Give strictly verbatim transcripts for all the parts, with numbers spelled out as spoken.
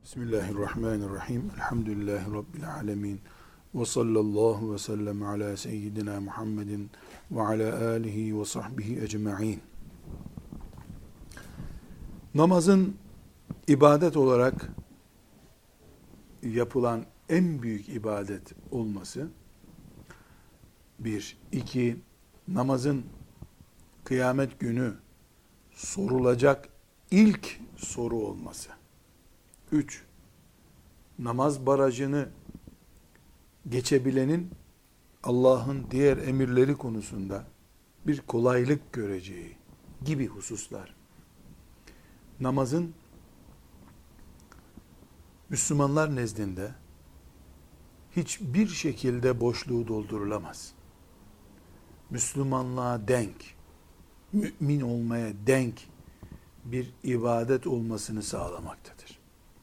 Bismillahirrahmanirrahim. Elhamdülillahi Rabbil alemin. Ve sallallahu ve sellem ala seyyidina Muhammedin ve ala alihi ve sahbihi ecma'in. Namazın ibadet olarak yapılan en büyük ibadet olması, bir. iki namazın kıyamet günü sorulacak ilk soru olması. Üç, namaz barajını geçebilenin Allah'ın diğer emirleri konusunda bir kolaylık göreceği gibi hususlar. Namazın Müslümanlar nezdinde hiçbir şekilde boşluğu doldurulamaz. Müslümanlığa denk, mümin olmaya denk bir ibadet olmasını sağlamaktadır.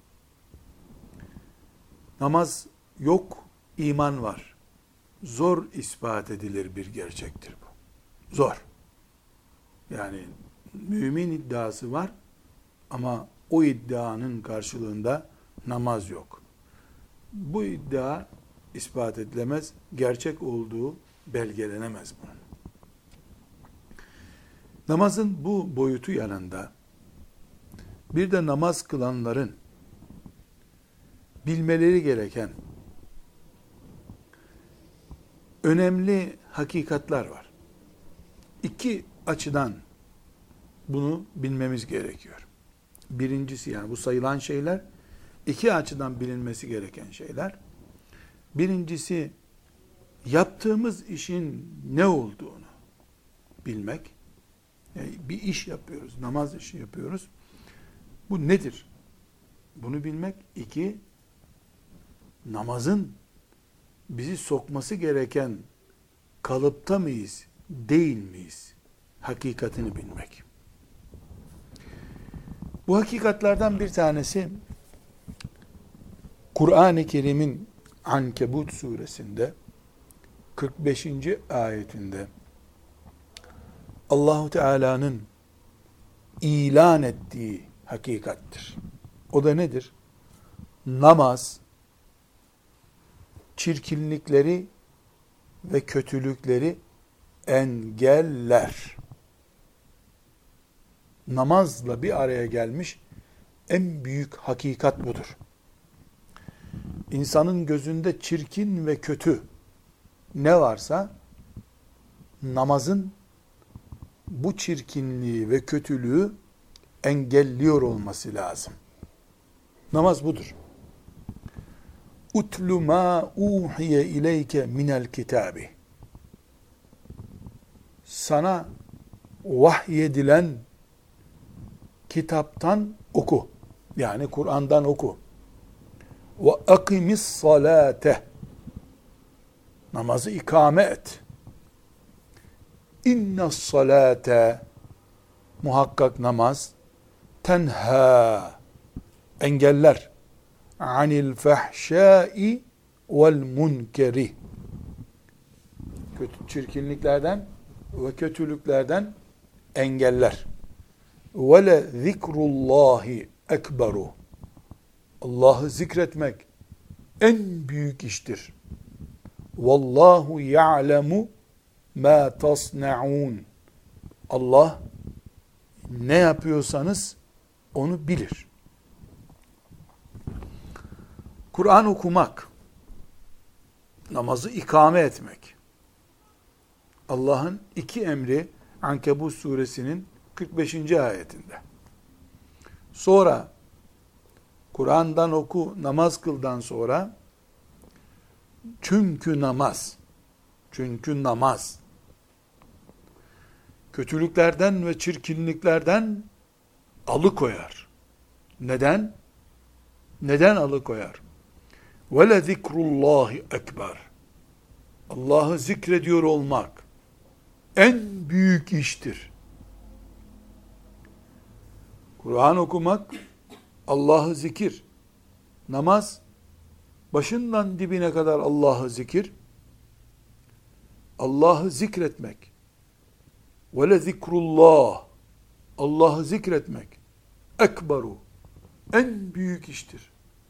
Namaz yok, iman var. Zor ispat edilir bir gerçektir bu. Zor. Yani mümin iddiası var ama o iddianın karşılığında namaz yok. Bu iddia ispat edilemez, gerçek olduğu belgelenemez bunun. Namazın bu boyutu yanında bir de namaz kılanların bilmeleri gereken önemli hakikatler var. İki açıdan bunu bilmemiz gerekiyor. Birincisi, yani bu sayılan şeyler iki açıdan bilinmesi gereken şeyler. Birincisi, yaptığımız işin ne olduğunu bilmek. Yani bir iş yapıyoruz, namaz işi yapıyoruz. Bu nedir? Bunu bilmek. İki, namazın bizi sokması gereken kalıpta mıyız, değil miyiz? Hakikatini bilmek. Bu hakikatlerden bir tanesi, Kur'an-ı Kerim'in Ankebut suresinde kırk beşinci ayetinde Allahu Teala'nın ilan ettiği hakikattir. O da nedir? Namaz, çirkinlikleri ve kötülükleri engeller. Namazla bir araya gelmiş en büyük hakikat budur. İnsanın gözünde çirkin ve kötü ne varsa namazın bu çirkinliği ve kötülüğü engelliyor olması lazım. Namaz budur. Utlu ma uhiye ileyke minel kitabi. Sana vahyedilen kitaptan oku. Yani Kur'an'dan oku. Ve akimis salate. Namazı ikame et. İnne salate, muhakkak namaz, tenha, engeller, anil fahşai vel munkeri, kötü çirkinliklerden ve kötülüklerden engeller. Ve le zikrullahi ekberu, Allah'ı zikretmek en büyük iştir. Vallahu ya'lemu ma tasnaun, Allah ne yapıyorsanız onu bilir. Kur'an okumak, namazı ikame etmek, Allah'ın iki emri Ankebut suresinin kırk beşinci ayetinde. Sonra Kur'an'dan oku, namaz kıldan sonra çünkü namaz, çünkü namaz kötülüklerden ve çirkinliklerden alıkoyar. Neden? Neden alıkoyar? Ve le zikrullahi ekber. Allah'ı zikrediyor olmak en büyük iştir. Kur'an okumak, Allah'ı zikir. Namaz, başından dibine kadar Allah'ı zikir. Allah'ı zikretmek. Ve le zikrullah, Allah'ı zikretmek ekberu, en büyük iştir.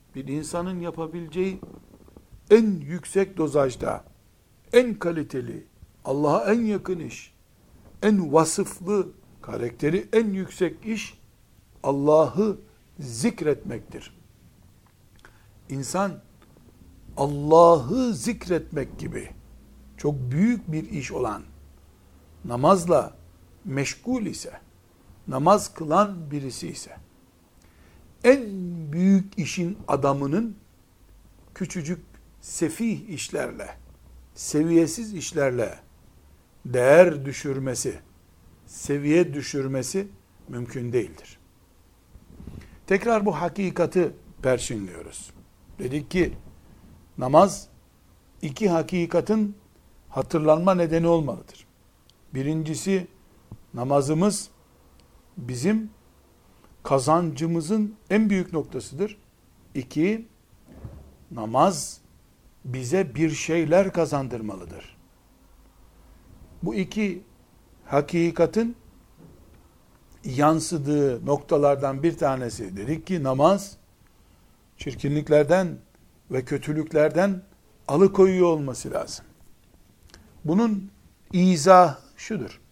bir insanın yapabileceği en yüksek dozajda, en kaliteli, Allah'a en yakın iş, en vasıflı, karakteri en yüksek iş, Allah'ı zikretmektir. İnsan, Allah'ı zikretmek gibi, çok büyük bir iş olan, namazla meşgul ise, namaz kılan birisi ise, en büyük işin adamının, küçücük, sefih işlerle, seviyesiz işlerle, değer düşürmesi, seviye düşürmesi mümkün değildir. Tekrar bu hakikati perçinliyoruz. Dedik ki, namaz, iki hakikatin hatırlanma nedeni olmalıdır. Birincisi, namazımız bizim kazancımızın en büyük noktasıdır. İki, namaz bize bir şeyler kazandırmalıdır. Bu iki hakikatin yansıdığı noktalardan bir tanesi, dedik ki namaz, çirkinliklerden ve kötülüklerden alıkoyuyor olması lazım. Bunun izahı şudur.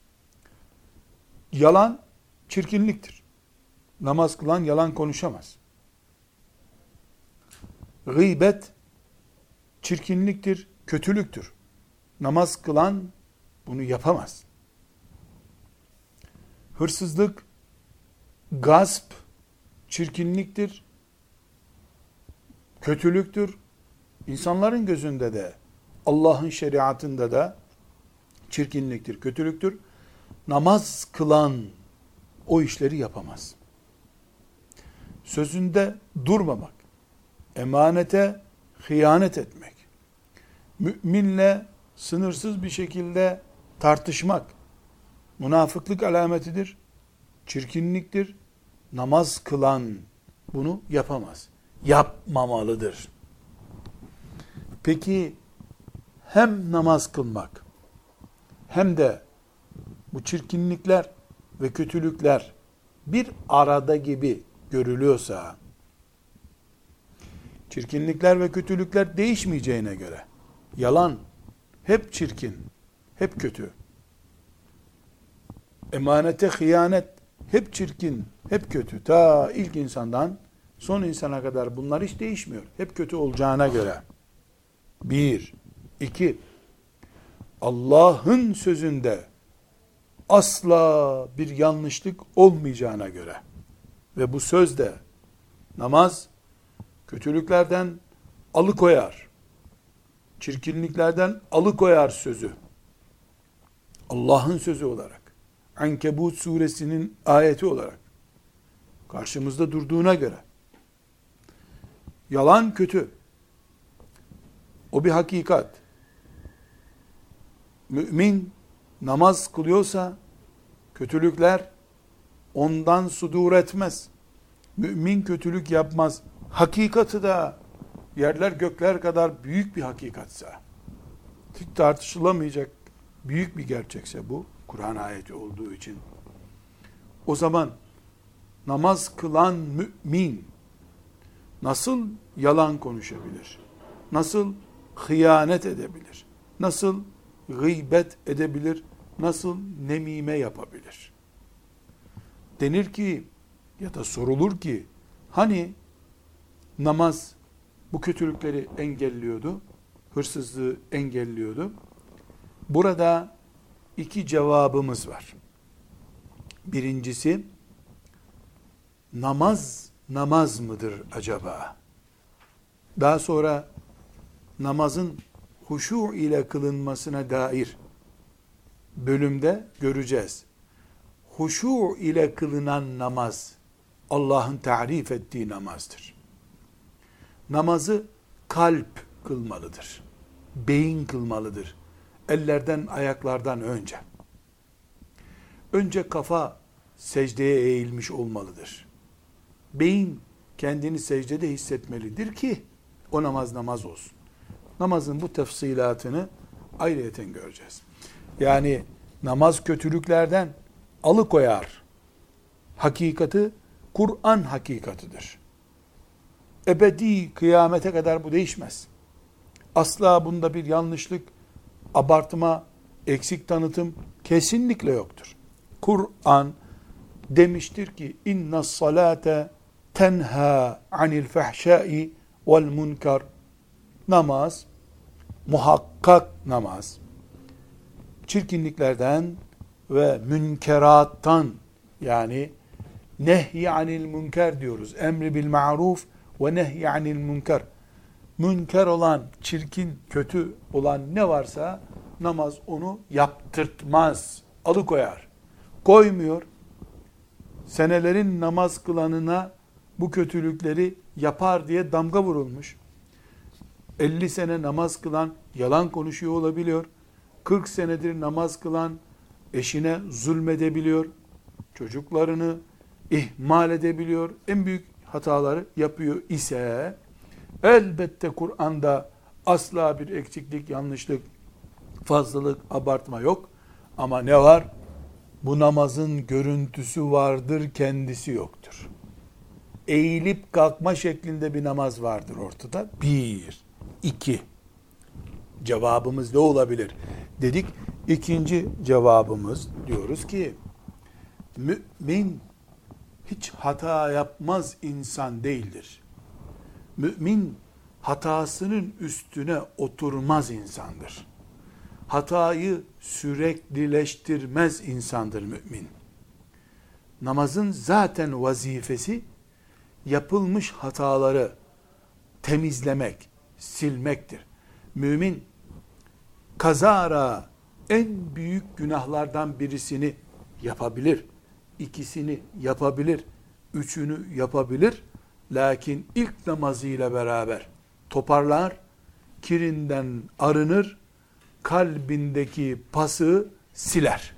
Yalan çirkinliktir. Namaz kılan yalan konuşamaz. Gıybet çirkinliktir, kötülüktür. Namaz kılan bunu yapamaz. Hırsızlık, gasp çirkinliktir, kötülüktür. İnsanların gözünde de, Allah'ın şeriatında da çirkinliktir, kötülüktür. Namaz kılan o işleri yapamaz. Sözünde durmamak, emanete hıyanet etmek, müminle sınırsız bir şekilde tartışmak, münafıklık alametidir, çirkinliktir. Namaz kılan bunu yapamaz, yapmamalıdır. Peki, hem namaz kılmak, hem de bu çirkinlikler ve kötülükler bir arada gibi görülüyorsa, çirkinlikler ve kötülükler değişmeyeceğine göre, yalan hep çirkin, hep kötü, emanete hıyanet hep çirkin, hep kötü, ta ilk insandan son insana kadar bunlar hiç değişmiyor, hep kötü olacağına göre, bir, iki, Allah'ın sözünde asla bir yanlışlık olmayacağına göre ve bu sözde namaz kötülüklerden alıkoyar, çirkinliklerden alıkoyar sözü, Allah'ın sözü olarak, Ankebut suresinin ayeti olarak karşımızda durduğuna göre, yalan kötü, o bir hakikat. Mümin namaz kılıyorsa, kötülükler ondan sudur etmez. Mümin kötülük yapmaz. Hakikati da yerler gökler kadar büyük bir hakikatsa, hiç tartışılamayacak büyük bir gerçekse bu, Kur'an ayeti olduğu için, o zaman namaz kılan mümin nasıl yalan konuşabilir? Nasıl hıyanet edebilir? Nasıl gıybet edebilir? Nasıl nemime yapabilir? Denir ki, ya da sorulur ki, hani namaz bu kötülükleri engelliyordu, hırsızlığı engelliyordu. Burada iki cevabımız var. Birincisi, namaz namaz mıdır acaba? Daha sonra namazın huşu ile kılınmasına dair bölümde göreceğiz. Huşu ile kılınan namaz Allah'ın tarif ettiği namazdır. Namazı kalp kılmalıdır. Beyin kılmalıdır. Ellerden, ayaklardan önce. Önce kafa secdeye eğilmiş olmalıdır. Beyin kendini secdede hissetmelidir ki o namaz namaz olsun. Namazın bu tefsilatını ayrıyeten göreceğiz. Yani namaz kötülüklerden alıkoyar. Hakikati Kur'an hakikatidir. Ebedi kıyamete kadar bu değişmez. Asla bunda bir yanlışlık, abartma, eksik tanıtım kesinlikle yoktur. Kur'an demiştir ki inna salate tenha anil fahşai vel munkar. Namaz, muhakkak namaz, çirkinliklerden ve münkerattan, yani nehy anil münker diyoruz. Emri bil ma'ruf ve nehy anil münker. Münker olan, çirkin, kötü olan ne varsa namaz onu yaptırtmaz, alıkoyar. Koymuyor. Senelerin namaz kılanına bu kötülükleri yapar diye damga vurulmuş. elli sene namaz kılan yalan konuşuyor olabiliyor. kırk senedir namaz kılan eşine zulmedebiliyor. Çocuklarını ihmal edebiliyor. En büyük hataları yapıyor ise elbette Kur'an'da asla bir eksiklik, yanlışlık, fazlalık, abartma yok. Ama ne var? Bu namazın görüntüsü vardır, kendisi yoktur. Eğilip kalkma şeklinde bir namaz vardır ortada. Bir, iki. Cevabımız ne olabilir? Dedik. İkinci cevabımız diyoruz ki mümin hiç hata yapmaz insan değildir. Mümin hatasının üstüne oturmaz insandır. Hatayı süreklileştirmez insandır mümin. Namazın zaten vazifesi yapılmış hataları temizlemek, silmektir. Mümin kazara en büyük günahlardan birisini yapabilir, ikisini yapabilir, üçünü yapabilir. Lakin ilk namazıyla beraber toparlar, kirinden arınır, kalbindeki pası siler.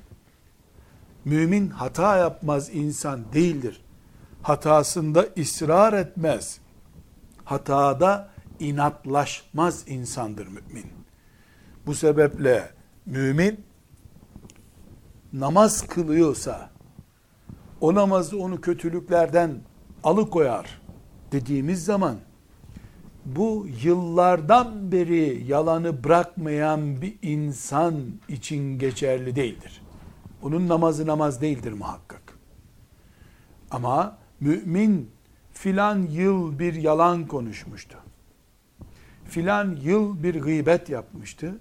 Mümin hata yapmaz insan değildir. Hatasında ısrar etmez. Hatada inatlaşmaz insandır mümin. Bu sebeple mümin namaz kılıyorsa o namazı onu kötülüklerden alıkoyar dediğimiz zaman bu yıllardan beri yalanı bırakmayan bir insan için geçerli değildir. Onun namazı namaz değildir muhakkak. Ama mümin filan yıl bir yalan konuşmuştu. Filan yıl bir gıybet yapmıştı.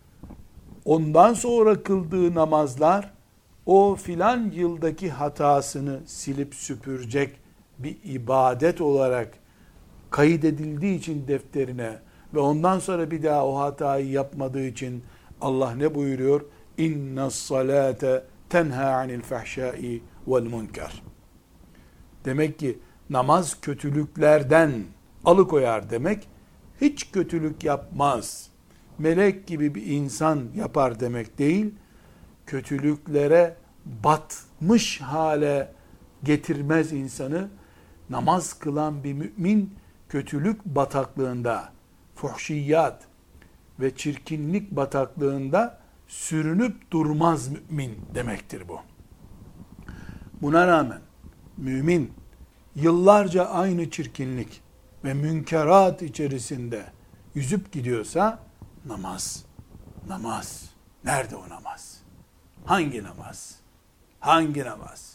Ondan sonra kıldığı namazlar o filan yıldaki hatasını silip süpürecek bir ibadet olarak kaydedildiği için defterine ve ondan sonra bir daha o hatayı yapmadığı için Allah ne buyuruyor? İnne salate tenha anil fahşai vel munkar. Demek ki namaz kötülüklerden alıkoyar demek, hiç kötülük yapmaz, melek gibi bir insan yapar demek değil, kötülüklere batmış hale getirmez insanı. Namaz kılan bir mümin kötülük bataklığında, fuhşiyat ve çirkinlik bataklığında sürünüp durmaz mümin demektir bu. Buna rağmen mümin yıllarca aynı çirkinlik ve münkerat içerisinde yüzüp gidiyorsa namaz, namaz. Nerede o namaz? Hangi namaz? Hangi namaz?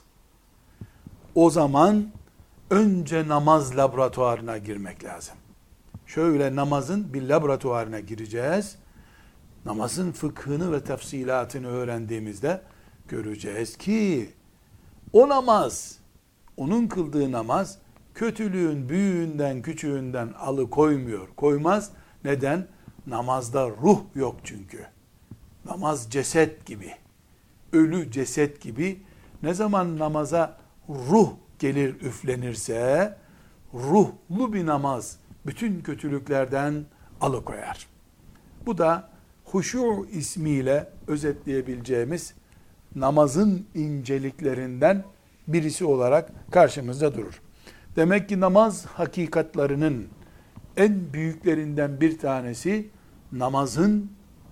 O zaman önce namaz laboratuvarına girmek lazım. Şöyle namazın bir laboratuvarına gireceğiz. Namazın fıkhını ve tefsilatını öğrendiğimizde göreceğiz ki o namaz, onun kıldığı namaz kötülüğün büyüğünden küçüğünden alıkoymuyor. Koymaz. Neden? Namazda ruh yok çünkü. Namaz ceset gibi. Ölü ceset gibi. Ne zaman namaza ruh gelir üflenirse ruhlu bir namaz bütün kötülüklerden alıkoyar. Bu da huşu ismiyle özetleyebileceğimiz namazın inceliklerinden birisi olarak karşımızda durur. Demek ki namaz hakikatlarının en büyüklerinden bir tanesi namazın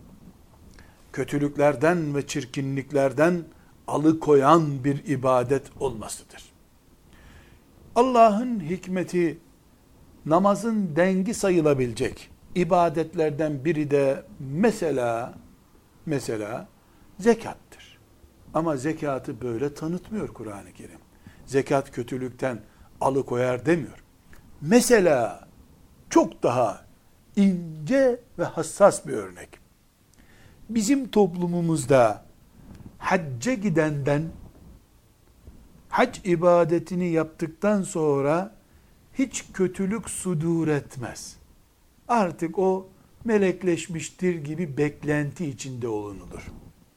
kötülüklerden ve çirkinliklerden alıkoyan bir ibadet olmasıdır. Allah'ın hikmeti namazın dengi sayılabilecek ibadetlerden biri de mesela mesela zekattır. Ama zekatı böyle tanıtmıyor Kur'an-ı Kerim. Zekat kötülükten alıkoyar demiyor. Mesela çok daha ince ve hassas bir örnek. Bizim toplumumuzda hacca gidenden hac ibadetini yaptıktan sonra hiç kötülük sudur etmez. Artık o melekleşmiştir gibi beklenti içinde olunulur.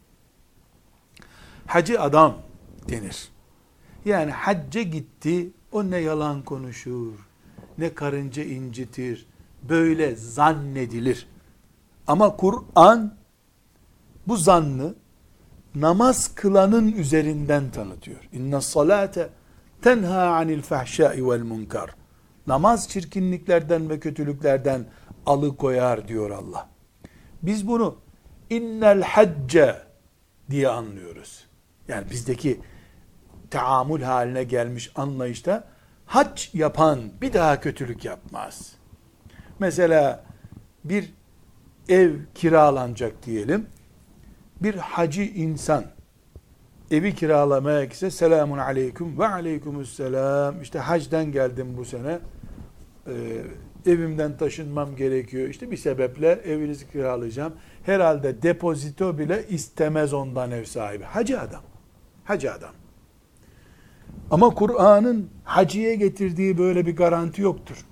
Hacı adam denir. Yani hacca gitti, o ne yalan konuşur, ne karınca incitir, böyle zannedilir. Ama Kur'an bu zannı namaz kılanın üzerinden tanıtıyor. İnne salate tenha anil fahşai vel munkar. Namaz çirkinliklerden ve kötülüklerden alıkoyar diyor Allah. Biz bunu innel hacce diye anlıyoruz. Yani bizdeki taamül haline gelmiş anlayışta hac yapan bir daha kötülük yapmaz. Mesela bir ev kiralanacak diyelim. Bir hacı insan evi kiralamaya gitse selamun aleyküm ve aleykümüsselam, işte hacdan geldim bu sene, ee, evimden taşınmam gerekiyor, işte bir sebeple evinizi kiralayacağım, herhalde depozito bile istemez ondan ev sahibi. Hacı adam. Hacı adam. Ama Kur'an'ın hacıya getirdiği böyle bir garanti yoktur.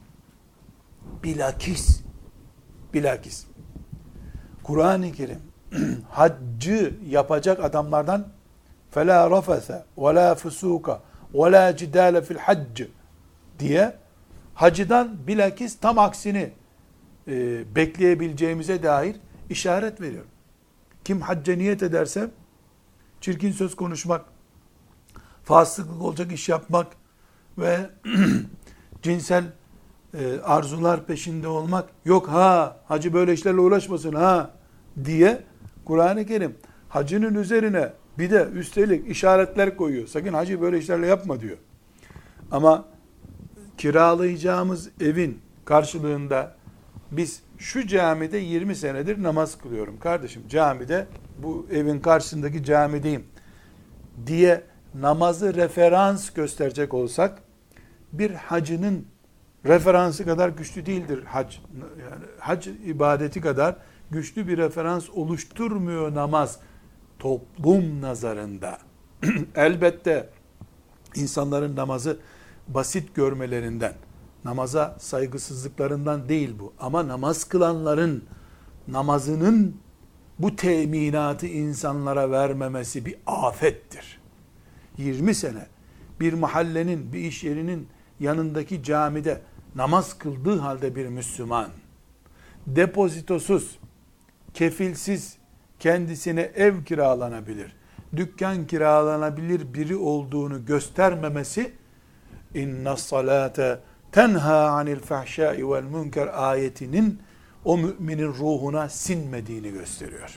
Bilakis bilakis Kur'an-ı Kerim haccı yapacak adamlardan فَلَا رَفَثَ وَلَا فُسُوكَ وَلَا جِدَالَ فِي الْحَجِّ diye hacıdan bilakis tam aksini e, bekleyebileceğimize dair işaret veriyor. Kim hacca niyet ederse çirkin söz konuşmak, fasıklık olacak iş yapmak ve cinsel e, arzular peşinde olmak yok, ha hacı böyle işlerle uğraşmasın ha diye Kur'an-ı Kerim hacının üzerine bir de üstelik işaretler koyuyor. Sakın hacı böyle işlerle yapma diyor. Ama kiralayacağımız evin karşılığında biz şu camide yirmi senedir namaz kılıyorum kardeşim, camide, bu evin karşısındaki camideyim diye namazı referans gösterecek olsak, bir hacının referansı kadar güçlü değildir hac. Yani hac ibadeti kadar güçlü bir referans oluşturmuyor namaz toplum nazarında. Elbette insanların namazı basit görmelerinden, namaza saygısızlıklarından değil bu. Ama namaz kılanların namazının bu teminatı insanlara vermemesi bir afettir. yirmi sene bir mahallenin, bir iş yerinin yanındaki camide namaz kıldığı halde bir Müslüman, depozitosuz, kefilsiz kendisine ev kiralanabilir, dükkan kiralanabilir biri olduğunu göstermemesi, inna salate tenha anil fahşai vel münker ayetinin o müminin ruhuna sinmediğini gösteriyor.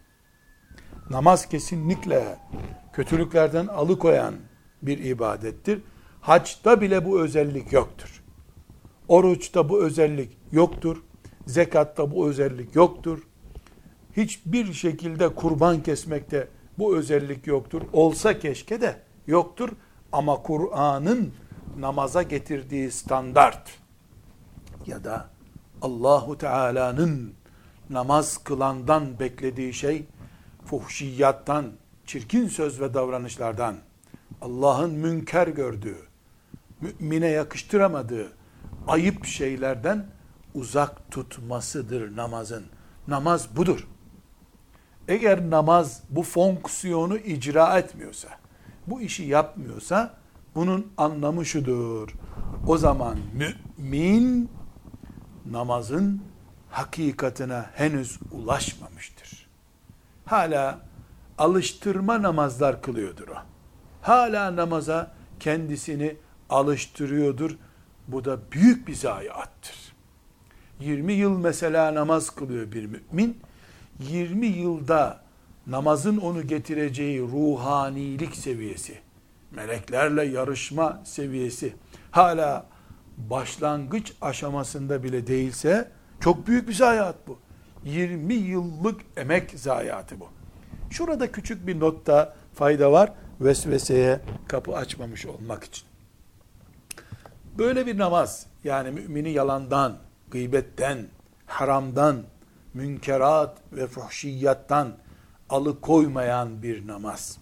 Namaz kesinlikle kötülüklerden alıkoyan bir ibadettir. Haçta bile bu özellik yoktur. Oruçta bu özellik yoktur. Zekatta bu özellik yoktur. Hiçbir şekilde kurban kesmekte bu özellik yoktur. Olsa keşke de yoktur. Ama Kur'an'ın namaza getirdiği standart ya da Allahu Teala'nın namaz kılandan beklediği şey, fuhşiyattan, çirkin söz ve davranışlardan, Allah'ın münker gördüğü, mümine yakıştıramadığı ayıp şeylerden uzak tutmasıdır namazın. Namaz budur. Eğer namaz bu fonksiyonu icra etmiyorsa, bu işi yapmıyorsa, bunun anlamı şudur: o zaman mümin namazın hakikatine henüz ulaşmamıştır. Hala alıştırma namazlar kılıyordur o. Hala namaza kendisini alıştırıyordur. Bu da büyük bir zayiattır. yirmi yıl mesela namaz kılıyor bir mümin. yirmi yılda namazın onu getireceği ruhanilik seviyesi, meleklerle yarışma seviyesi hala başlangıç aşamasında bile değilse çok büyük bir zayiat bu. yirmi yıllık emek zayiatı bu. Şurada küçük bir notta fayda var. Vesveseye kapı açmamış olmak için. Böyle bir namaz, yani mümini yalandan, gıybetten, haramdan, münkerat ve fuhşiyattan alıkoymayan bir namaz,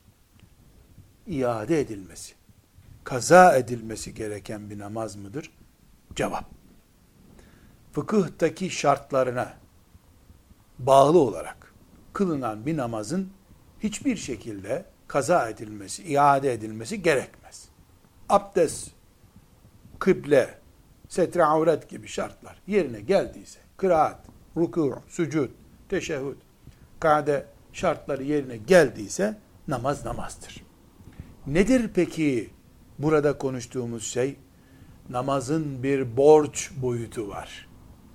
iade edilmesi, kaza edilmesi gereken bir namaz mıdır? Cevap. Fıkıhtaki şartlarına bağlı olarak kılınan bir namazın hiçbir şekilde kaza edilmesi, iade edilmesi gerekmez. Abdest, kıble, setre avret gibi şartlar yerine geldiyse, kıraat, rükû, sücud, teşehhüd, kade şartları yerine geldiyse namaz namazdır. Nedir peki burada konuştuğumuz şey? Namazın bir borç boyutu var.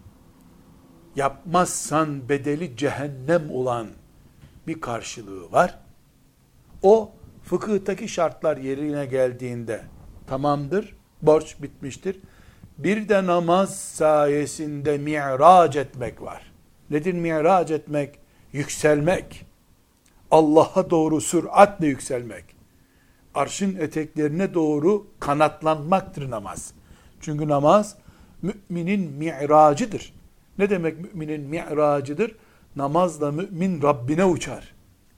Yapmazsan bedeli cehennem olan bir karşılığı var. O fıkıhtaki şartlar yerine geldiğinde tamamdır, borç bitmiştir. Bir de namaz sayesinde mi'rac etmek var. Nedir mi'rac etmek? Yükselmek. Allah'a doğru süratle yükselmek. Arşın eteklerine doğru kanatlanmaktır namaz. Çünkü namaz müminin mi'racıdır. Ne demek müminin mi'racıdır? Namazla mümin Rabbine uçar.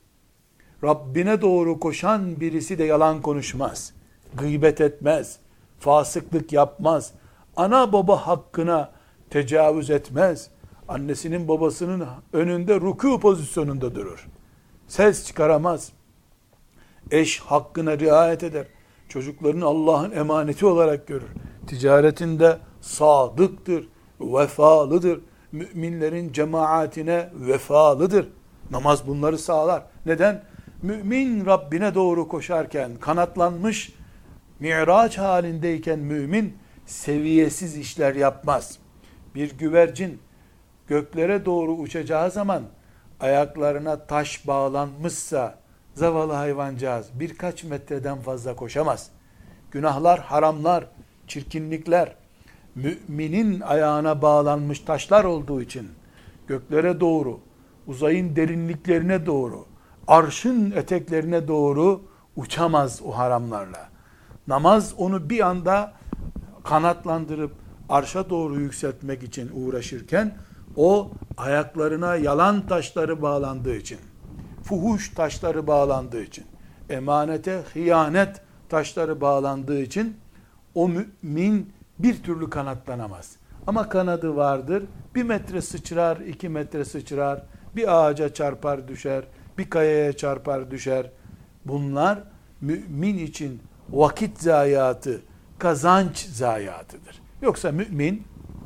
Rabbine doğru koşan birisi de yalan konuşmaz. Gıybet etmez. Fasıklık yapmaz. Ana baba hakkına tecavüz etmez. Annesinin babasının önünde rükû pozisyonunda durur. Ses çıkaramaz. Eş hakkına riayet eder. Çocuklarını Allah'ın emaneti olarak görür. Ticaretinde sadıktır, vefalıdır. Müminlerin cemaatine vefalıdır. Namaz bunları sağlar. Neden? Mümin Rabbine doğru koşarken, kanatlanmış, mi'raç halindeyken mümin seviyesiz işler yapmaz. Bir güvercin göklere doğru uçacağı zaman ayaklarına taş bağlanmışsa zavallı hayvancağız birkaç metreden fazla koşamaz. Günahlar, haramlar, çirkinlikler müminin ayağına bağlanmış taşlar olduğu için göklere doğru, uzayın derinliklerine doğru, arşın eteklerine doğru uçamaz o haramlarla. Namaz onu bir anda kanatlandırıp arşa doğru yükseltmek için uğraşırken o ayaklarına yalan taşları bağlandığı için, fuhuş taşları bağlandığı için, emanete hıyanet taşları bağlandığı için o mümin bir türlü kanatlanamaz. Ama kanadı vardır. Bir metre sıçrar, iki metre sıçrar, bir ağaca çarpar düşer, bir kayaya çarpar düşer. Bunlar mümin için vakit zayiatı, kazanç zayiatıdır. Yoksa mümin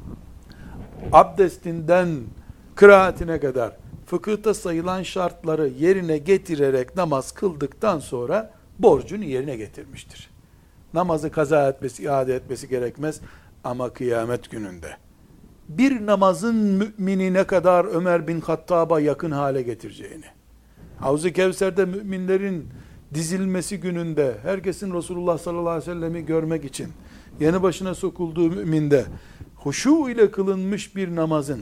abdestinden kıraatine kadar fıkıhta sayılan şartları yerine getirerek namaz kıldıktan sonra borcunu yerine getirmiştir. Namazı kaza etmesi, iade etmesi gerekmez ama kıyamet gününde bir namazın mümini ne kadar Ömer bin Hattab'a yakın hale getireceğini, Havz-ı Kevser'de müminlerin dizilmesi gününde herkesin Resulullah sallallahu aleyhi ve sellem'i görmek için yanı başına sokulduğu müminde huşu ile kılınmış bir namazın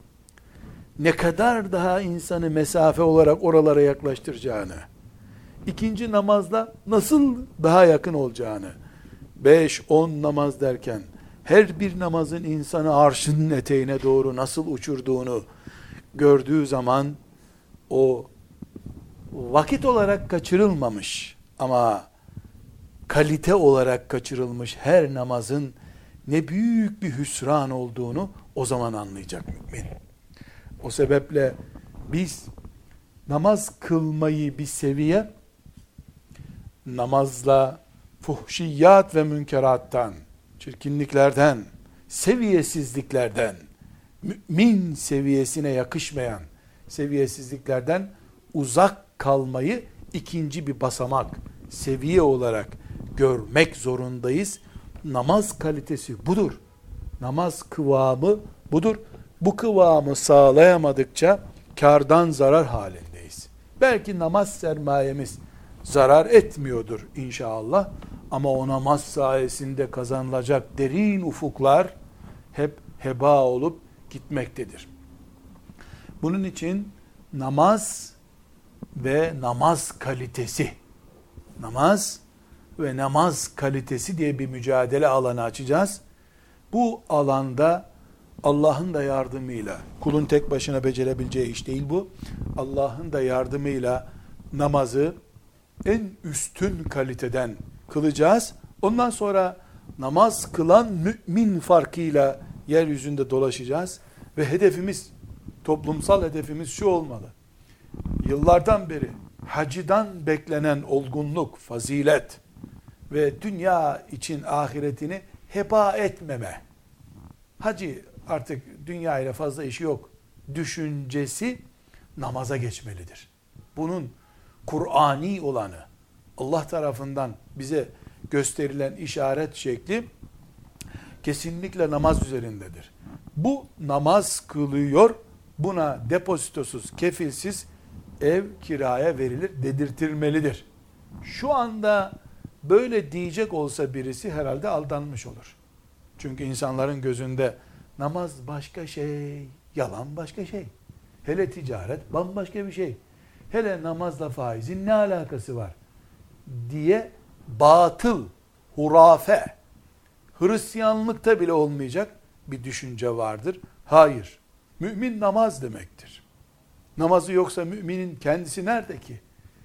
ne kadar daha insanı mesafe olarak oralara yaklaştıracağını, ikinci namazda nasıl daha yakın olacağını, beş on namaz derken her bir namazın insanı arşın eteğine doğru nasıl uçurduğunu gördüğü zaman o vakit olarak kaçırılmamış ama kalite olarak kaçırılmış her namazın ne büyük bir hüsran olduğunu o zaman anlayacak mümin. O sebeple biz namaz kılmayı bir seviye, namazla fuhşiyat ve münkerattan, çirkinliklerden, seviyesizliklerden, mümin seviyesine yakışmayan seviyesizliklerden uzak kalmayı ikinci bir basamak, seviye olarak görmek zorundayız. Namaz kalitesi budur. Namaz kıvamı budur. Bu kıvamı sağlayamadıkça kârdan zarar halindeyiz. Belki namaz sermayemiz zarar etmiyordur inşallah. Ama o namaz sayesinde kazanılacak derin ufuklar hep heba olup gitmektedir. Bunun için namaz ve namaz kalitesi, namaz ve namaz kalitesi diye bir mücadele alanı açacağız. Bu alanda Allah'ın da yardımıyla, kulun tek başına becerebileceği iş değil bu. Allah'ın da yardımıyla namazı en üstün kaliteden kılacağız. Ondan sonra namaz kılan mümin farkıyla yeryüzünde dolaşacağız. Ve hedefimiz, toplumsal hedefimiz şu olmalı. Yıllardan beri hacıdan beklenen olgunluk, fazilet ve dünya için ahiretini heba etmeme. Hacı artık dünya ile fazla işi yok düşüncesi namaza geçmelidir. Bunun Kur'ani olanı, Allah tarafından bize gösterilen işaret şekli kesinlikle namaz üzerindedir. Bu namaz kılıyor, buna depozitosuz, kefilsiz ev kiraya verilir, dedirtilmelidir. Şu anda böyle diyecek olsa birisi herhalde aldanmış olur. Çünkü insanların gözünde namaz başka şey, yalan başka şey. Hele ticaret bambaşka bir şey. Hele namazla faizin ne alakası var diye batıl, hurafe, Hristiyanlıkta bile olmayacak bir düşünce vardır. Hayır. Mümin namaz demektir. Namazı yoksa müminin kendisi nerede ki?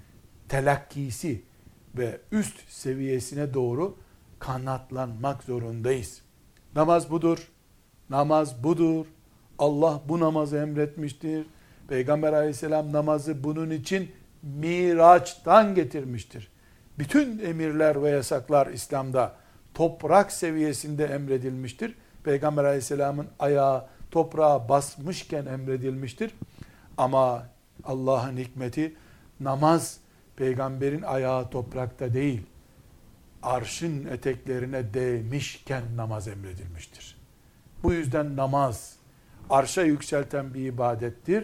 Telakkisi ve üst seviyesine doğru kanatlanmak zorundayız. Namaz budur. Namaz budur. Allah bu namazı emretmiştir. Peygamber aleyhisselam namazı bunun için Miraç'tan getirmiştir. Bütün emirler ve yasaklar İslam'da toprak seviyesinde emredilmiştir. Peygamber aleyhisselamın ayağı toprağa basmışken emredilmiştir. Ama Allah'ın hikmeti, namaz peygamberin ayağı toprakta değil, arşın eteklerine değmişken namaz emredilmiştir. Bu yüzden namaz arşa yükselten bir ibadettir.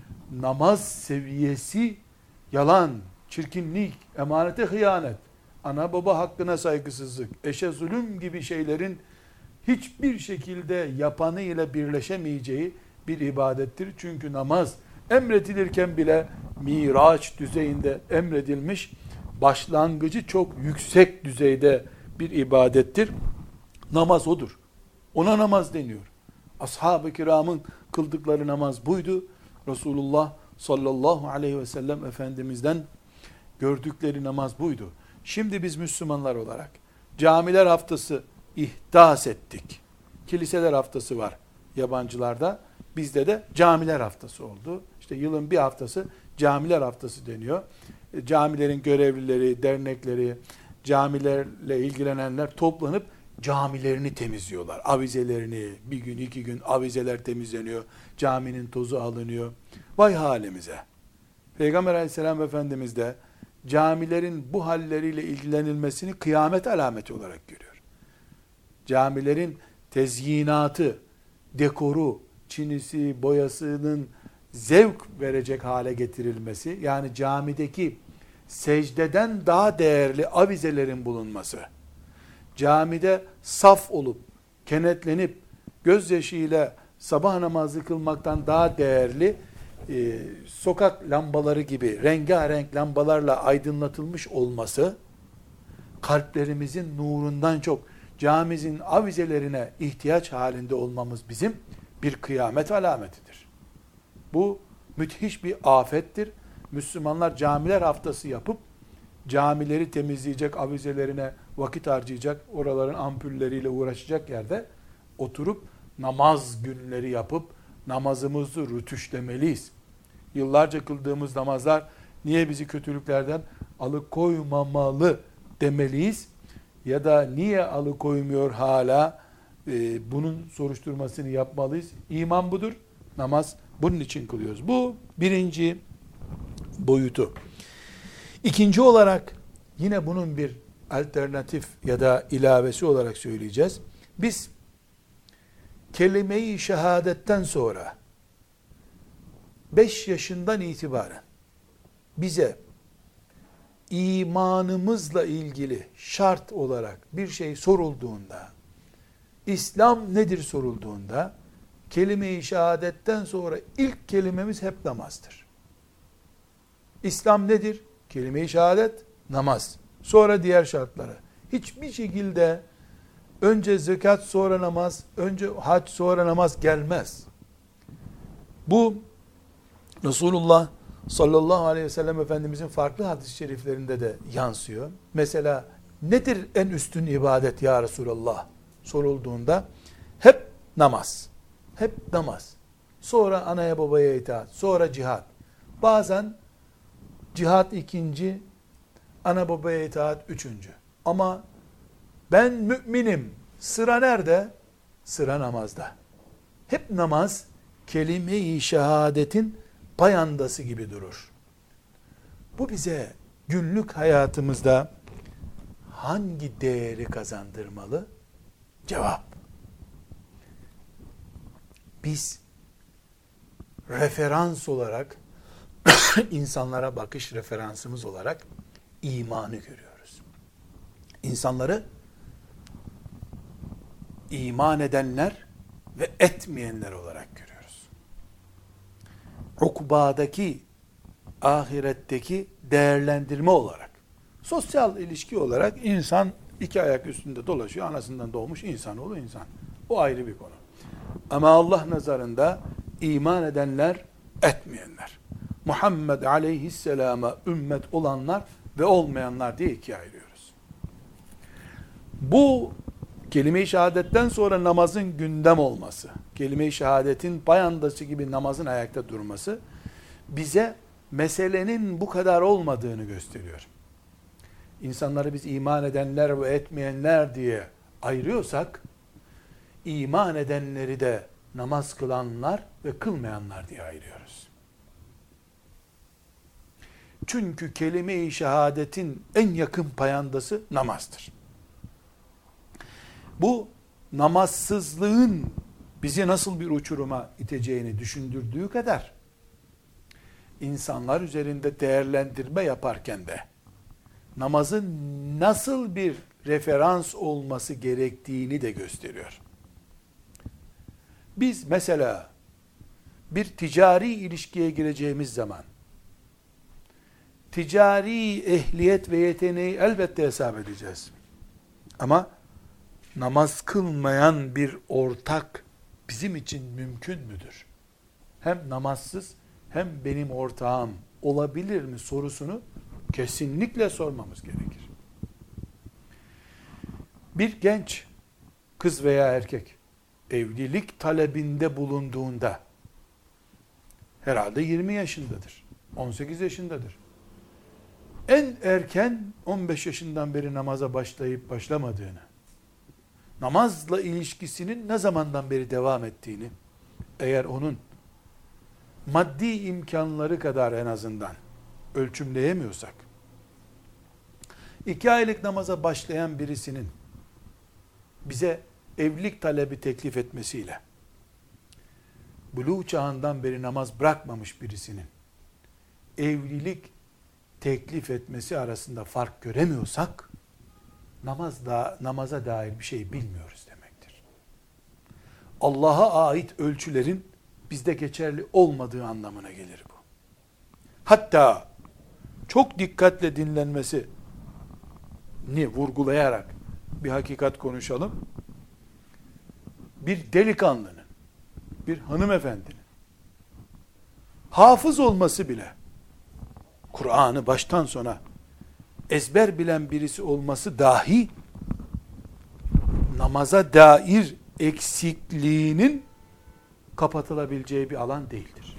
Namaz seviyesi yalan, çirkinlik, emanete hıyanet, ana baba hakkına saygısızlık, eşe zulüm gibi şeylerin hiçbir şekilde yapanı ile birleşemeyeceği bir ibadettir. Çünkü namaz emredilirken bile Miraç düzeyinde emredilmiş, başlangıcı çok yüksek düzeyde bir ibadettir. Namaz odur. Ona namaz deniyor. Ashab-ı kiramın kıldıkları namaz buydu. Resulullah sallallahu aleyhi ve sellem Efendimiz'den gördükleri namaz buydu. Şimdi biz Müslümanlar olarak camiler haftası ihdas ettik. Kiliseler haftası var yabancılarda. Bizde de camiler haftası oldu. İşte yılın bir haftası camiler haftası deniyor. E, camilerin görevlileri, dernekleri, camilerle ilgilenenler toplanıp camilerini temizliyorlar. Avizelerini, bir gün iki gün avizeler temizleniyor. Caminin tozu alınıyor. Vay halimize. Peygamber aleyhisselam Efendimiz de camilerin bu halleriyle ilgilenilmesini kıyamet alameti olarak görüyor. Camilerin tezyinatı, dekoru, çinisi, boyasının zevk verecek hale getirilmesi, yani camideki secdeden daha değerli avizelerin bulunması, camide saf olup, kenetlenip, gözyaşıyla sabah namazı kılmaktan daha değerli, e, sokak lambaları gibi rengarenk lambalarla aydınlatılmış olması, kalplerimizin nurundan çok camimizin avizelerine ihtiyaç halinde olmamız bizim bir kıyamet alametidir. Bu müthiş bir afettir. Müslümanlar camiler haftası yapıp camileri temizleyecek, avizelerine vakit harcayacak, oraların ampulleriyle uğraşacak yerde oturup namaz günleri yapıp namazımızı rütüşlemeliyiz. Yıllarca kıldığımız namazlar niye bizi kötülüklerden alıkoymamalı demeliyiz? Ya da niye alıkoymuyor hala? Ee, bunun soruşturmasını yapmalıyız. İman budur. Namaz bunun için kılıyoruz. Bu birinci boyutu. İkinci olarak yine bunun bir alternatif ya da ilavesi olarak söyleyeceğiz. Biz kelime-i şehadetten sonra beş yaşından itibaren bize imanımızla ilgili şart olarak bir şey sorulduğunda, İslam nedir sorulduğunda, kelime-i şehadetten sonra ilk kelimemiz hep namazdır. İslam nedir? Kelime-i şehadet, namaz. Sonra diğer şartları. Hiçbir şekilde önce zekat sonra namaz, önce hac sonra namaz gelmez. Bu Resulullah sallallahu aleyhi ve sellem Efendimizin farklı hadis-i şeriflerinde de yansıyor. Mesela nedir en üstün ibadet ya Resulallah sorulduğunda hep namaz. Hep namaz. Sonra anaya babaya itaat, sonra cihat. Bazen cihat ikinci, ana babaya itaat üçüncü. Ama ben müminim, sıra nerede? Sıra namazda. Hep namaz, kelime-i şehadetin payandası gibi durur. Bu bize günlük hayatımızda hangi değeri kazandırmalı? Cevap. Biz referans olarak, insanlara bakış referansımız olarak imanı görüyoruz. İnsanları iman edenler ve etmeyenler olarak görüyoruz. Ukbadaki, ahiretteki değerlendirme olarak, sosyal ilişki olarak insan iki ayak üstünde dolaşıyor, anasından doğmuş insanoğlu insan. O ayrı bir konu. Ama Allah nazarında iman edenler, etmeyenler. Muhammed aleyhisselama ümmet olanlar ve olmayanlar diye ikiye ayırıyoruz. Bu kelime-i şehadetten sonra namazın gündem olması, kelime-i şehadetin payandası gibi namazın ayakta durması bize meselenin bu kadar olmadığını gösteriyor. İnsanları biz iman edenler ve etmeyenler diye ayırıyorsak, iman edenleri de namaz kılanlar ve kılmayanlar diye ayırıyoruz. Çünkü kelime-i şehadetin en yakın payandası namazdır. Bu namazsızlığın bizi nasıl bir uçuruma iteceğini düşündürdüğü kadar, insanlar üzerinde değerlendirme yaparken de namazın nasıl bir referans olması gerektiğini de gösteriyor. Biz mesela bir ticari ilişkiye gireceğimiz zaman ticari ehliyet ve yeteneği elbette hesap edeceğiz. Ama namaz kılmayan bir ortak bizim için mümkün müdür? Hem namazsız hem benim ortağım olabilir mi sorusunu kesinlikle sormamız gerekir. Bir genç kız veya erkek evlilik talebinde bulunduğunda herhalde yirmi yaşındadır, on sekiz yaşındadır. En erken on beş yaşından beri namaza başlayıp başlamadığını, namazla ilişkisinin ne zamandan beri devam ettiğini, eğer onun maddi imkanları kadar en azından ölçümleyemiyorsak, iki aylık namaza başlayan birisinin bize evlilik talebi teklif etmesiyle, buluğ çağından beri namaz bırakmamış birisinin evlilik teklif etmesi arasında fark göremiyorsak, namaz da, namaza dair bir şey bilmiyoruz demektir. Allah'a ait ölçülerin bizde geçerli olmadığı anlamına gelir bu. Hatta çok dikkatle dinlenmesi ni vurgulayarak bir hakikat konuşalım. Bir delikanlının, bir hanımefendinin hafız olması bile, Kur'an'ı baştan sona ezber bilen birisi olması dahi namaza dair eksikliğinin kapatılabileceği bir alan değildir.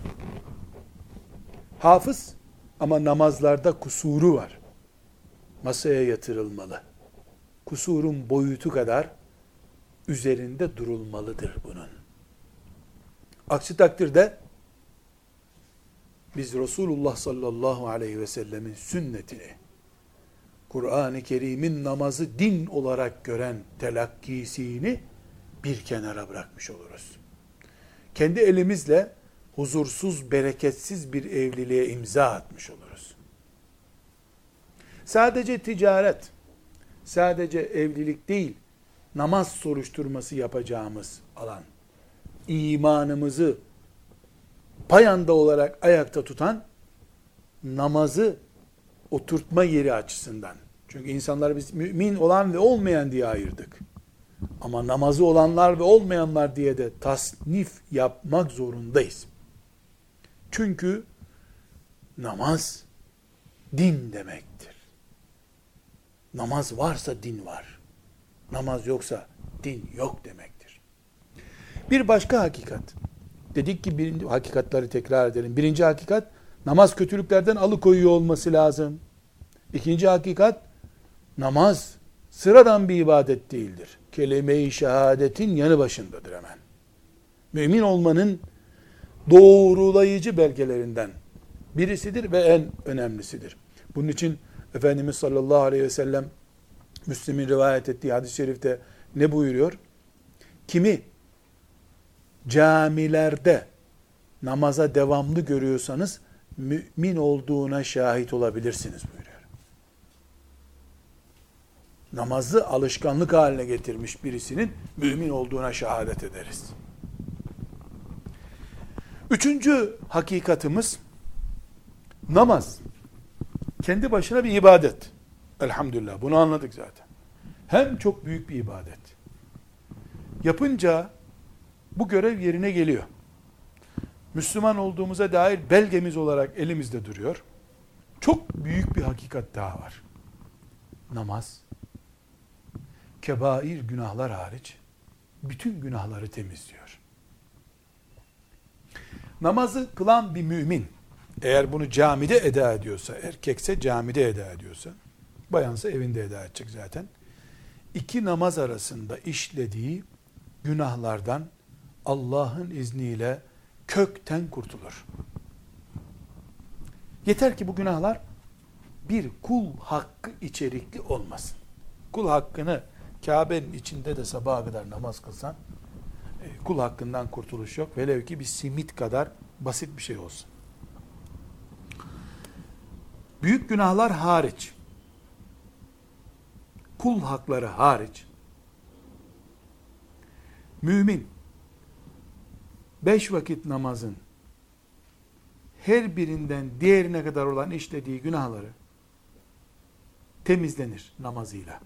Hafız ama namazlarda kusuru var. Masaya yatırılmalı. Kusurun boyutu kadar üzerinde durulmalıdır bunun. Aksi takdirde biz Resulullah sallallahu aleyhi ve sellemin sünnetini, Kur'an-ı Kerim'in namazı din olarak gören telakkisini bir kenara bırakmış oluruz. Kendi elimizle huzursuz, bereketsiz bir evliliğe imza atmış oluruz. Sadece ticaret, sadece evlilik değil, namaz soruşturması yapacağımız alan. İmanımızı payanda olarak ayakta tutan namazı oturtma yeri açısından. Çünkü insanlar biz mümin olan ve olmayan diye ayırdık. Ama namazı olanlar ve olmayanlar diye de tasnif yapmak zorundayız. Çünkü namaz din demektir. Namaz varsa din var. Namaz yoksa din yok demektir. Bir başka hakikat. Dedik ki birinci hakikatleri tekrar edelim. Birinci hakikat, namaz kötülüklerden alıkoyuyor olması lazım. İkinci hakikat, namaz sıradan bir ibadet değildir. Kelime-i şehadetin yanı başındadır hemen. Mümin olmanın doğrulayıcı belgelerinden birisidir ve en önemlisidir. Bunun için Efendimiz sallallahu aleyhi ve sellem Müslim'in rivayet ettiği hadis-i şerifte ne buyuruyor? Kimi camilerde namaza devamlı görüyorsanız mümin olduğuna şahit olabilirsiniz buyuruyor. Namazı alışkanlık haline getirmiş birisinin mümin olduğuna şehadet ederiz. Üçüncü hakikatimiz, namaz kendi başına bir ibadet. Elhamdülillah, bunu anladık zaten. Hem çok büyük bir ibadet. Yapınca bu görev yerine geliyor. Müslüman olduğumuza dair belgemiz olarak elimizde duruyor. Çok büyük bir hakikat daha var. Namaz, kebair günahlar hariç, bütün günahları temizliyor. Namazı kılan bir mümin, eğer bunu camide eda ediyorsa, erkekse camide eda ediyorsa, bayansa evinde eda edecek zaten, İki namaz arasında işlediği günahlardan Allah'ın izniyle kökten kurtulur. Yeter ki bu günahlar bir kul hakkı içerikli olmasın. Kul hakkını Kabe'nin içinde de sabaha kadar namaz kılsan, kul hakkından kurtuluş yok. Velev ki bir simit kadar basit bir şey olsun. Büyük günahlar hariç, kul hakları hariç, mümin, beş vakit namazın her birinden diğerine kadar olan işlediği günahları temizlenir namazıyla.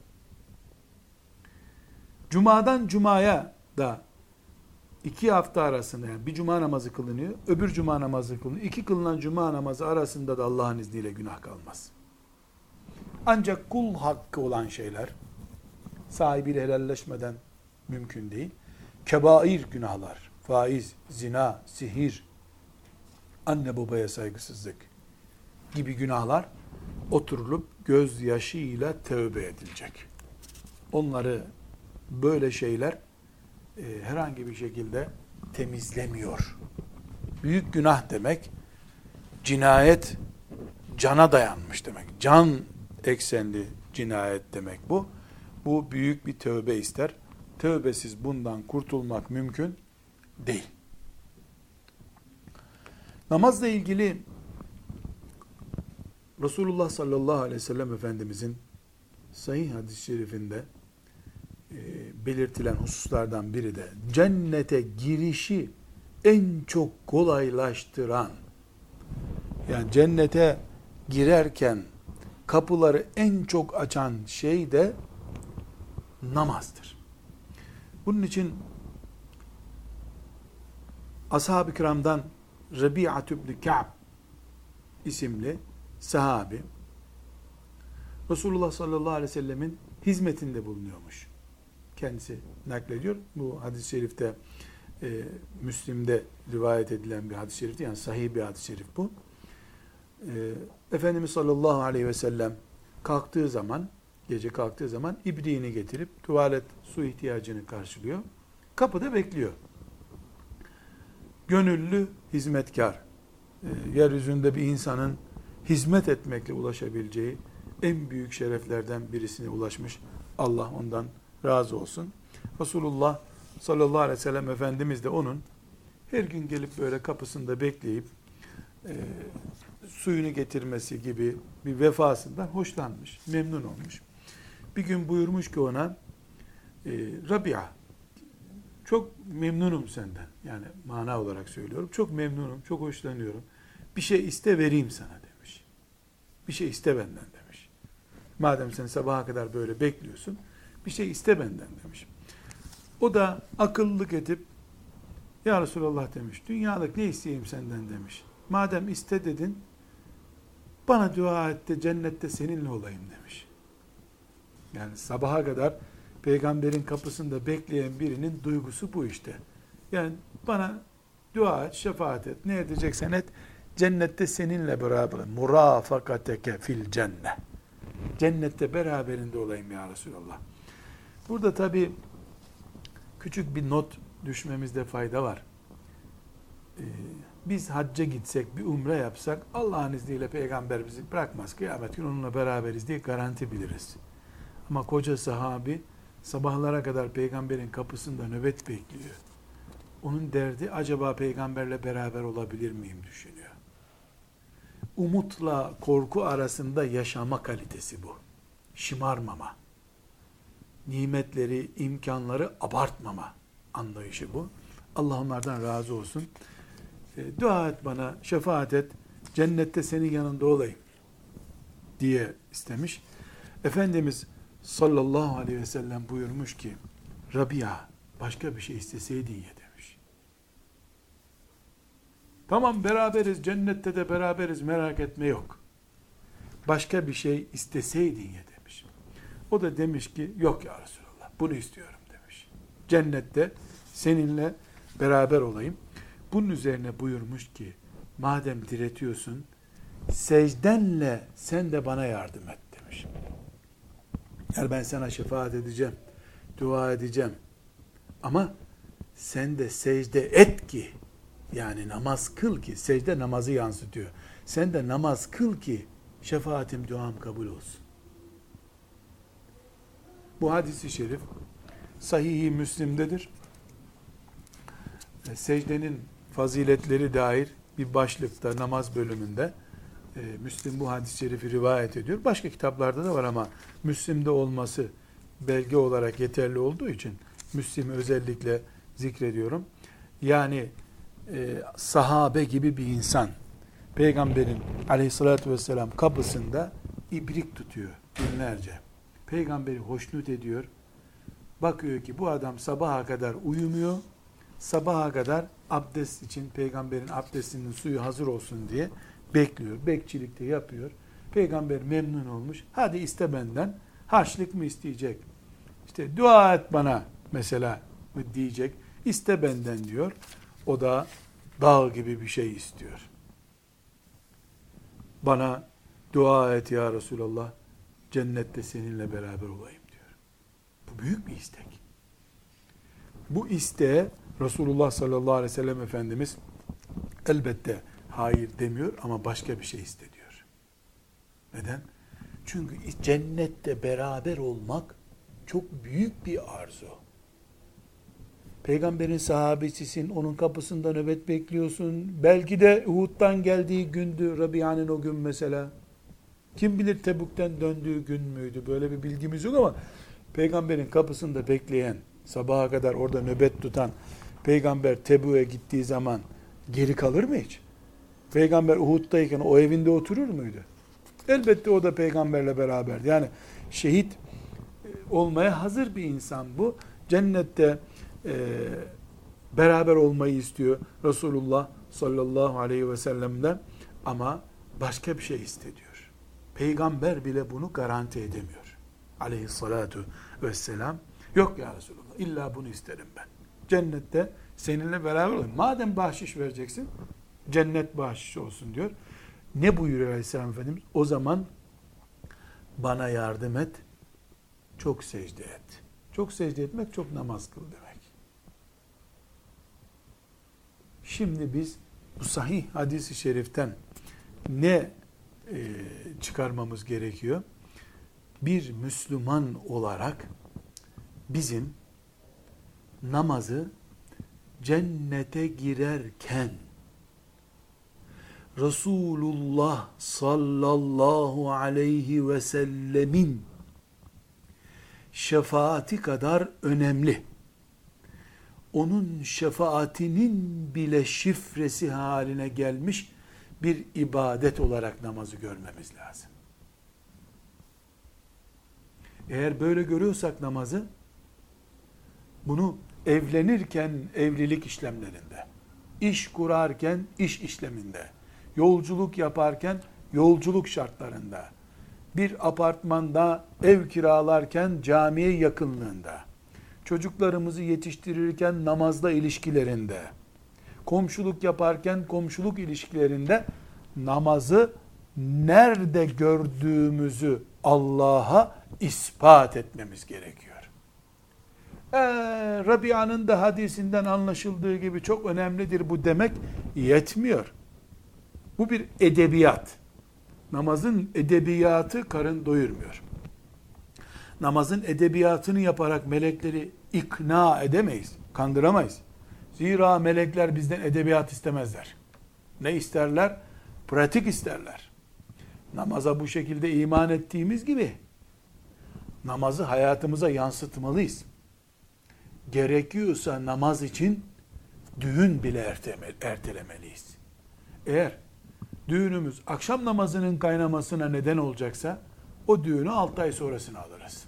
Cuma'dan Cuma'ya da iki hafta arasında, yani bir cuma namazı kılınıyor, öbür cuma namazı kılınıyor. İki kılınan cuma namazı arasında da Allah'ın izniyle günah kalmaz. Ancak kul hakkı olan şeyler sahibiyle helalleşmeden mümkün değil. Kebair günahlar, faiz, zina, sihir, anne babaya saygısızlık gibi günahlar oturulup gözyaşıyla tövbe edilecek. Onları, böyle şeyler e, herhangi bir şekilde temizlemiyor. Büyük günah demek, cinayet cana dayanmış demek. Can eksenli cinayet demek bu. Bu büyük bir tövbe ister. Tövbesiz bundan kurtulmak mümkün değil. Namazla ilgili Resulullah sallallahu aleyhi ve sellem Efendimizin sahih hadis-i şerifinde e, belirtilen hususlardan biri de cennete girişi en çok kolaylaştıran, yani cennete girerken kapıları en çok açan şey de namazdır. Bunun için Ashab-ı Kiram'dan Rabi'at ibn Ka'b isimli sahabi Resulullah sallallahu aleyhi ve sellemin hizmetinde bulunuyormuş. Kendisi naklediyor. Bu hadis-i şerifte e, Müslim'de rivayet edilen bir hadis-i şerifti. Yani sahih bir hadis-i şerif bu. E, Efendimiz sallallahu aleyhi ve sellem kalktığı zaman, gece kalktığı zaman ibriğini getirip tuvalet su ihtiyacını karşılıyor. Kapıda bekliyor. Gönüllü hizmetkar. E, yeryüzünde bir insanın hizmet etmekle ulaşabileceği en büyük şereflerden birisine ulaşmış. Allah ondan razı olsun. Resulullah sallallahu aleyhi ve sellem Efendimiz de onun her gün gelip böyle kapısında bekleyip e, suyunu getirmesi gibi bir vefasından hoşlanmış, memnun olmuş. Bir gün buyurmuş ki ona, e, Rabia, çok memnunum senden. Yani mana olarak söylüyorum. Çok memnunum, çok hoşlanıyorum. Bir şey iste vereyim sana demiş. Bir şey iste benden demiş. Madem sen sabaha kadar böyle bekliyorsun, bir şey iste benden demiş. O da akıllılık edip, ya Resulallah demiş, dünyalık ne isteyeyim senden demiş. Madem iste dedin, bana dua et de cennette seninle olayım demiş. Yani sabaha kadar peygamberin kapısında bekleyen birinin duygusu bu işte. Yani bana dua et, şefaat et, ne edeceksen et, cennette seninle beraber, murafakateke fil cennet. Cennette beraberinde olayım ya Resulallah. Burada tabi küçük bir not düşmemizde fayda var. Ee, biz hacca gitsek, bir umre yapsak, Allah'ın izniyle peygamber bizi bırakmaz. Kıyamet günü onunla beraberiz diye garanti biliriz. Ama koca sahabi sabahlara kadar peygamberin kapısında nöbet bekliyor. Onun derdi, acaba peygamberle beraber olabilir miyim düşünüyor. Umutla korku arasında yaşama kalitesi bu. Şımarmama. Nimetleri, imkanları abartmama anlayışı bu. Allah onlardan razı olsun. E, dua et bana, şefaat et, cennette senin yanında olayım diye istemiş. Efendimiz sallallahu aleyhi ve sellem buyurmuş ki, Rabia, başka bir şey isteseydin ya demiş. Tamam beraberiz, cennette de beraberiz, merak etme yok. Başka bir şey isteseydin ya demiş. O da demiş ki, yok ya Resulallah, bunu istiyorum demiş. Cennette seninle beraber olayım. Bunun üzerine buyurmuş ki, madem diretiyorsun, secdenle sen de bana yardım et demiş. Yani ben sana şefaat edeceğim, dua edeceğim. Ama sen de secde et ki, yani namaz kıl ki, secde namazı yansıtıyor. Sen de namaz kıl ki, şefaatim, duam kabul olsun. Bu hadis-i şerif, Sahih-i Müslim'dedir. Secdenin faziletleri dair bir başlıkta, namaz bölümünde, e, Müslim bu hadis-i şerifi rivayet ediyor. Başka kitaplarda da var ama Müslim'de olması belge olarak yeterli olduğu için Müslim'i özellikle zikrediyorum. Yani e, sahabe gibi bir insan, Peygamberin aleyhissalatü vesselam kapısında ibrik tutuyor günlerce. Peygamberi hoşnut ediyor. Bakıyor ki bu adam sabaha kadar uyumuyor. Sabaha kadar abdest için peygamberin abdestinin suyu hazır olsun diye bekliyor. Bekçilikte yapıyor. Peygamber memnun olmuş. Hadi iste benden. Harçlık mı isteyecek? İşte dua et bana mesela mı diyecek. İste benden diyor. O da dağ gibi bir şey istiyor. Bana dua et ya Resulallah. Cennette seninle beraber olayım diyor. Bu büyük bir istek. Bu isteğe Resulullah sallallahu aleyhi ve sellem Efendimiz elbette hayır demiyor ama başka bir şey iste diyor. Neden? Çünkü cennette beraber olmak çok büyük bir arzu. Peygamberin sahabesisin, onun kapısında nöbet bekliyorsun. Belki de Uhud'dan geldiği gündü, Rabia'nın o gün mesela. Kim bilir Tebük'ten döndüğü gün müydü? Böyle bir bilgimiz yok ama Peygamberin kapısında bekleyen, sabaha kadar orada nöbet tutan Peygamber Tebük'e gittiği zaman geri kalır mı hiç? Peygamber Uhud'dayken o evinde oturur muydu? Elbette o da peygamberle beraberdi. Yani şehit olmaya hazır bir insan bu. Cennette e, beraber olmayı istiyor Resulullah sallallahu aleyhi ve sellem'den ama başka bir şey istediyor. Peygamber bile bunu garanti edemiyor. Aleyhissalatu vesselam. Yok ya Resulullah, illa bunu isterim ben. Cennette seninle beraber olayım. Madem bahşiş vereceksin, cennet bahşiş olsun diyor. Ne buyuruyor Aleyhisselam Efendimiz? O zaman bana yardım et, çok secde et. Çok secde etmek, çok namaz kıl demek. Şimdi biz bu sahih hadis-i şeriften ne e, çıkarmamız gerekiyor? Bir Müslüman olarak bizim namazı cennete girerken Resulullah sallallahu aleyhi ve sellemin şefaati kadar önemli. Onun şefaatinin bile şifresi haline gelmiş bir ibadet olarak namazı görmemiz lazım. Eğer böyle görüyorsak namazı, bunu evlenirken evlilik işlemlerinde, iş kurarken iş işleminde, yolculuk yaparken yolculuk şartlarında, bir apartmanda ev kiralarken camiye yakınlığında, çocuklarımızı yetiştirirken namazla ilişkilerinde, komşuluk yaparken komşuluk ilişkilerinde namazı nerede gördüğümüzü Allah'a ispat etmemiz gerekiyor. Ee, Rabia'nın da hadisinden anlaşıldığı gibi çok önemlidir bu demek yetmiyor. Bu bir edebiyat. Namazın edebiyatı karın doyurmuyor. Namazın edebiyatını yaparak melekleri ikna edemeyiz, kandıramayız. Zira melekler bizden edebiyat istemezler. Ne isterler? Pratik isterler. Namaza bu şekilde iman ettiğimiz gibi namazı hayatımıza yansıtmalıyız. Gerekiyorsa namaz için düğün bile ertelemeliyiz. Eğer düğünümüz akşam namazının kaynamasına neden olacaksa o düğünü altı ay sonrasına alırız.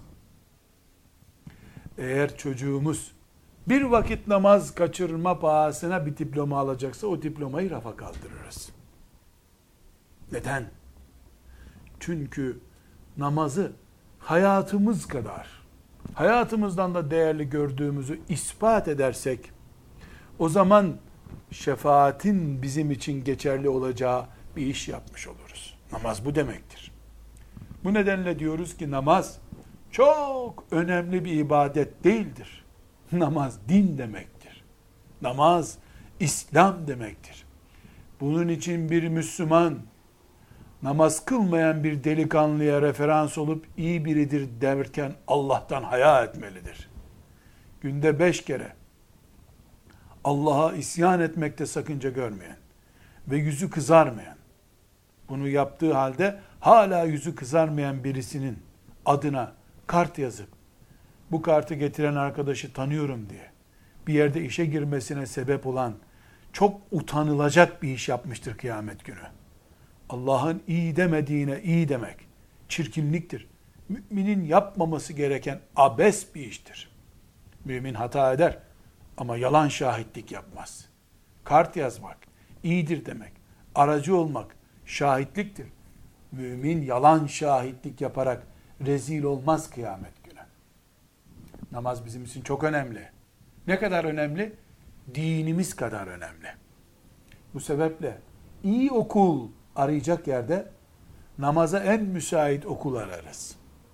Eğer çocuğumuz bir vakit namaz kaçırma pahasına bir diploma alacaksa o diplomayı rafa kaldırırız. Neden? Çünkü namazı hayatımız kadar, hayatımızdan da değerli gördüğümüzü ispat edersek, o zaman şefaatin bizim için geçerli olacağı bir iş yapmış oluruz. Namaz bu demektir. Bu nedenle diyoruz ki namaz çok önemli bir ibadet değildir. Namaz din demektir. Namaz İslam demektir. Bunun için bir Müslüman namaz kılmayan bir delikanlıya referans olup iyi biridir derken Allah'tan haya etmelidir. Günde beş kere Allah'a isyan etmekte sakınca görmeyen ve yüzü kızarmayan, bunu yaptığı halde hala yüzü kızarmayan birisinin adına kart yazıp bu kartı getiren arkadaşı tanıyorum diye bir yerde işe girmesine sebep olan çok utanılacak bir iş yapmıştır kıyamet günü. Allah'ın iyi demediğine iyi demek çirkinliktir. Müminin yapmaması gereken abes bir iştir. Mümin hata eder ama yalan şahitlik yapmaz. Kart yazmak iyidir demek. Aracı olmak şahitliktir. Mümin yalan şahitlik yaparak rezil olmaz kıyamet günü. Namaz bizim için çok önemli. Ne kadar önemli? Dinimiz kadar önemli. Bu sebeple iyi okul arayacak yerde namaza en müsait okul ararız.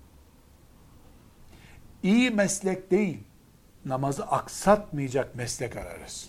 İyi meslek değil, namazı aksatmayacak meslek ararız.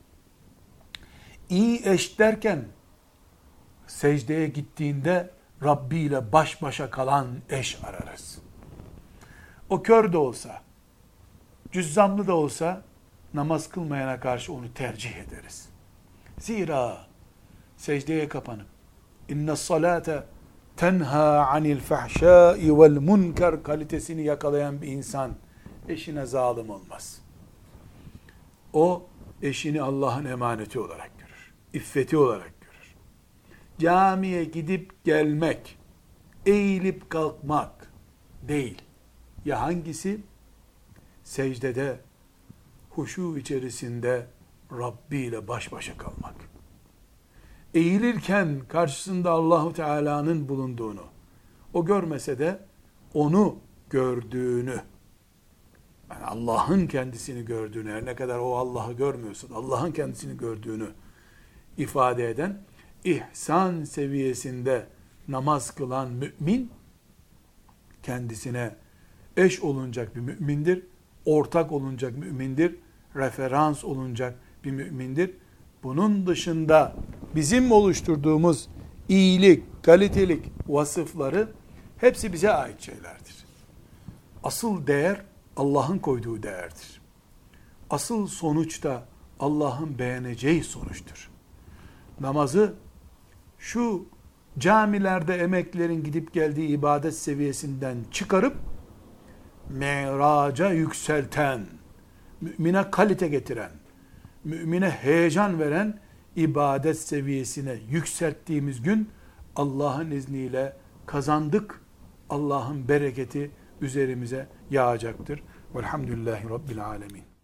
İyi eş derken secdeye gittiğinde Rabbi ile baş başa kalan eş ararız. O kör de olsa, cüzzamlı da olsa namaz kılmayana karşı onu tercih ederiz. Zira secdeye kapanıp inne salate tenha anil fahşai vel munkar kalitesini yakalayan bir insan eşine zalim olmaz. O eşini Allah'ın emaneti olarak görür. İffeti olarak görür. Camiye gidip gelmek, eğilip kalkmak değil. Ya hangisi? Secdede, huşu içerisinde Rabbi ile baş başa kalmak. Eğilirken karşısında Allahu Teala'nın bulunduğunu, o görmese de onu gördüğünü, yani Allah'ın kendisini gördüğünü, her ne kadar o Allah'ı görmüyorsa, Allah'ın kendisini gördüğünü ifade eden, ihsan seviyesinde namaz kılan mümin, kendisine eş olunacak bir mümindir, ortak olunacak mümindir, referans olunacak bir mümindir. Bunun dışında bizim oluşturduğumuz iyilik, kalitelik vasıfları hepsi bize ait şeylerdir. Asıl değer Allah'ın koyduğu değerdir. Asıl sonuç da Allah'ın beğeneceği sonuçtur. Namazı şu camilerde emeklerin gidip geldiği ibadet seviyesinden çıkarıp miraca yükselten, mümine kalite getiren, mümine heyecan veren ibadet seviyesine yükselttiğimiz gün Allah'ın izniyle kazandık. Allah'ın bereketi üzerimize yağacaktır. Velhamdülillahi Rabbil alemin.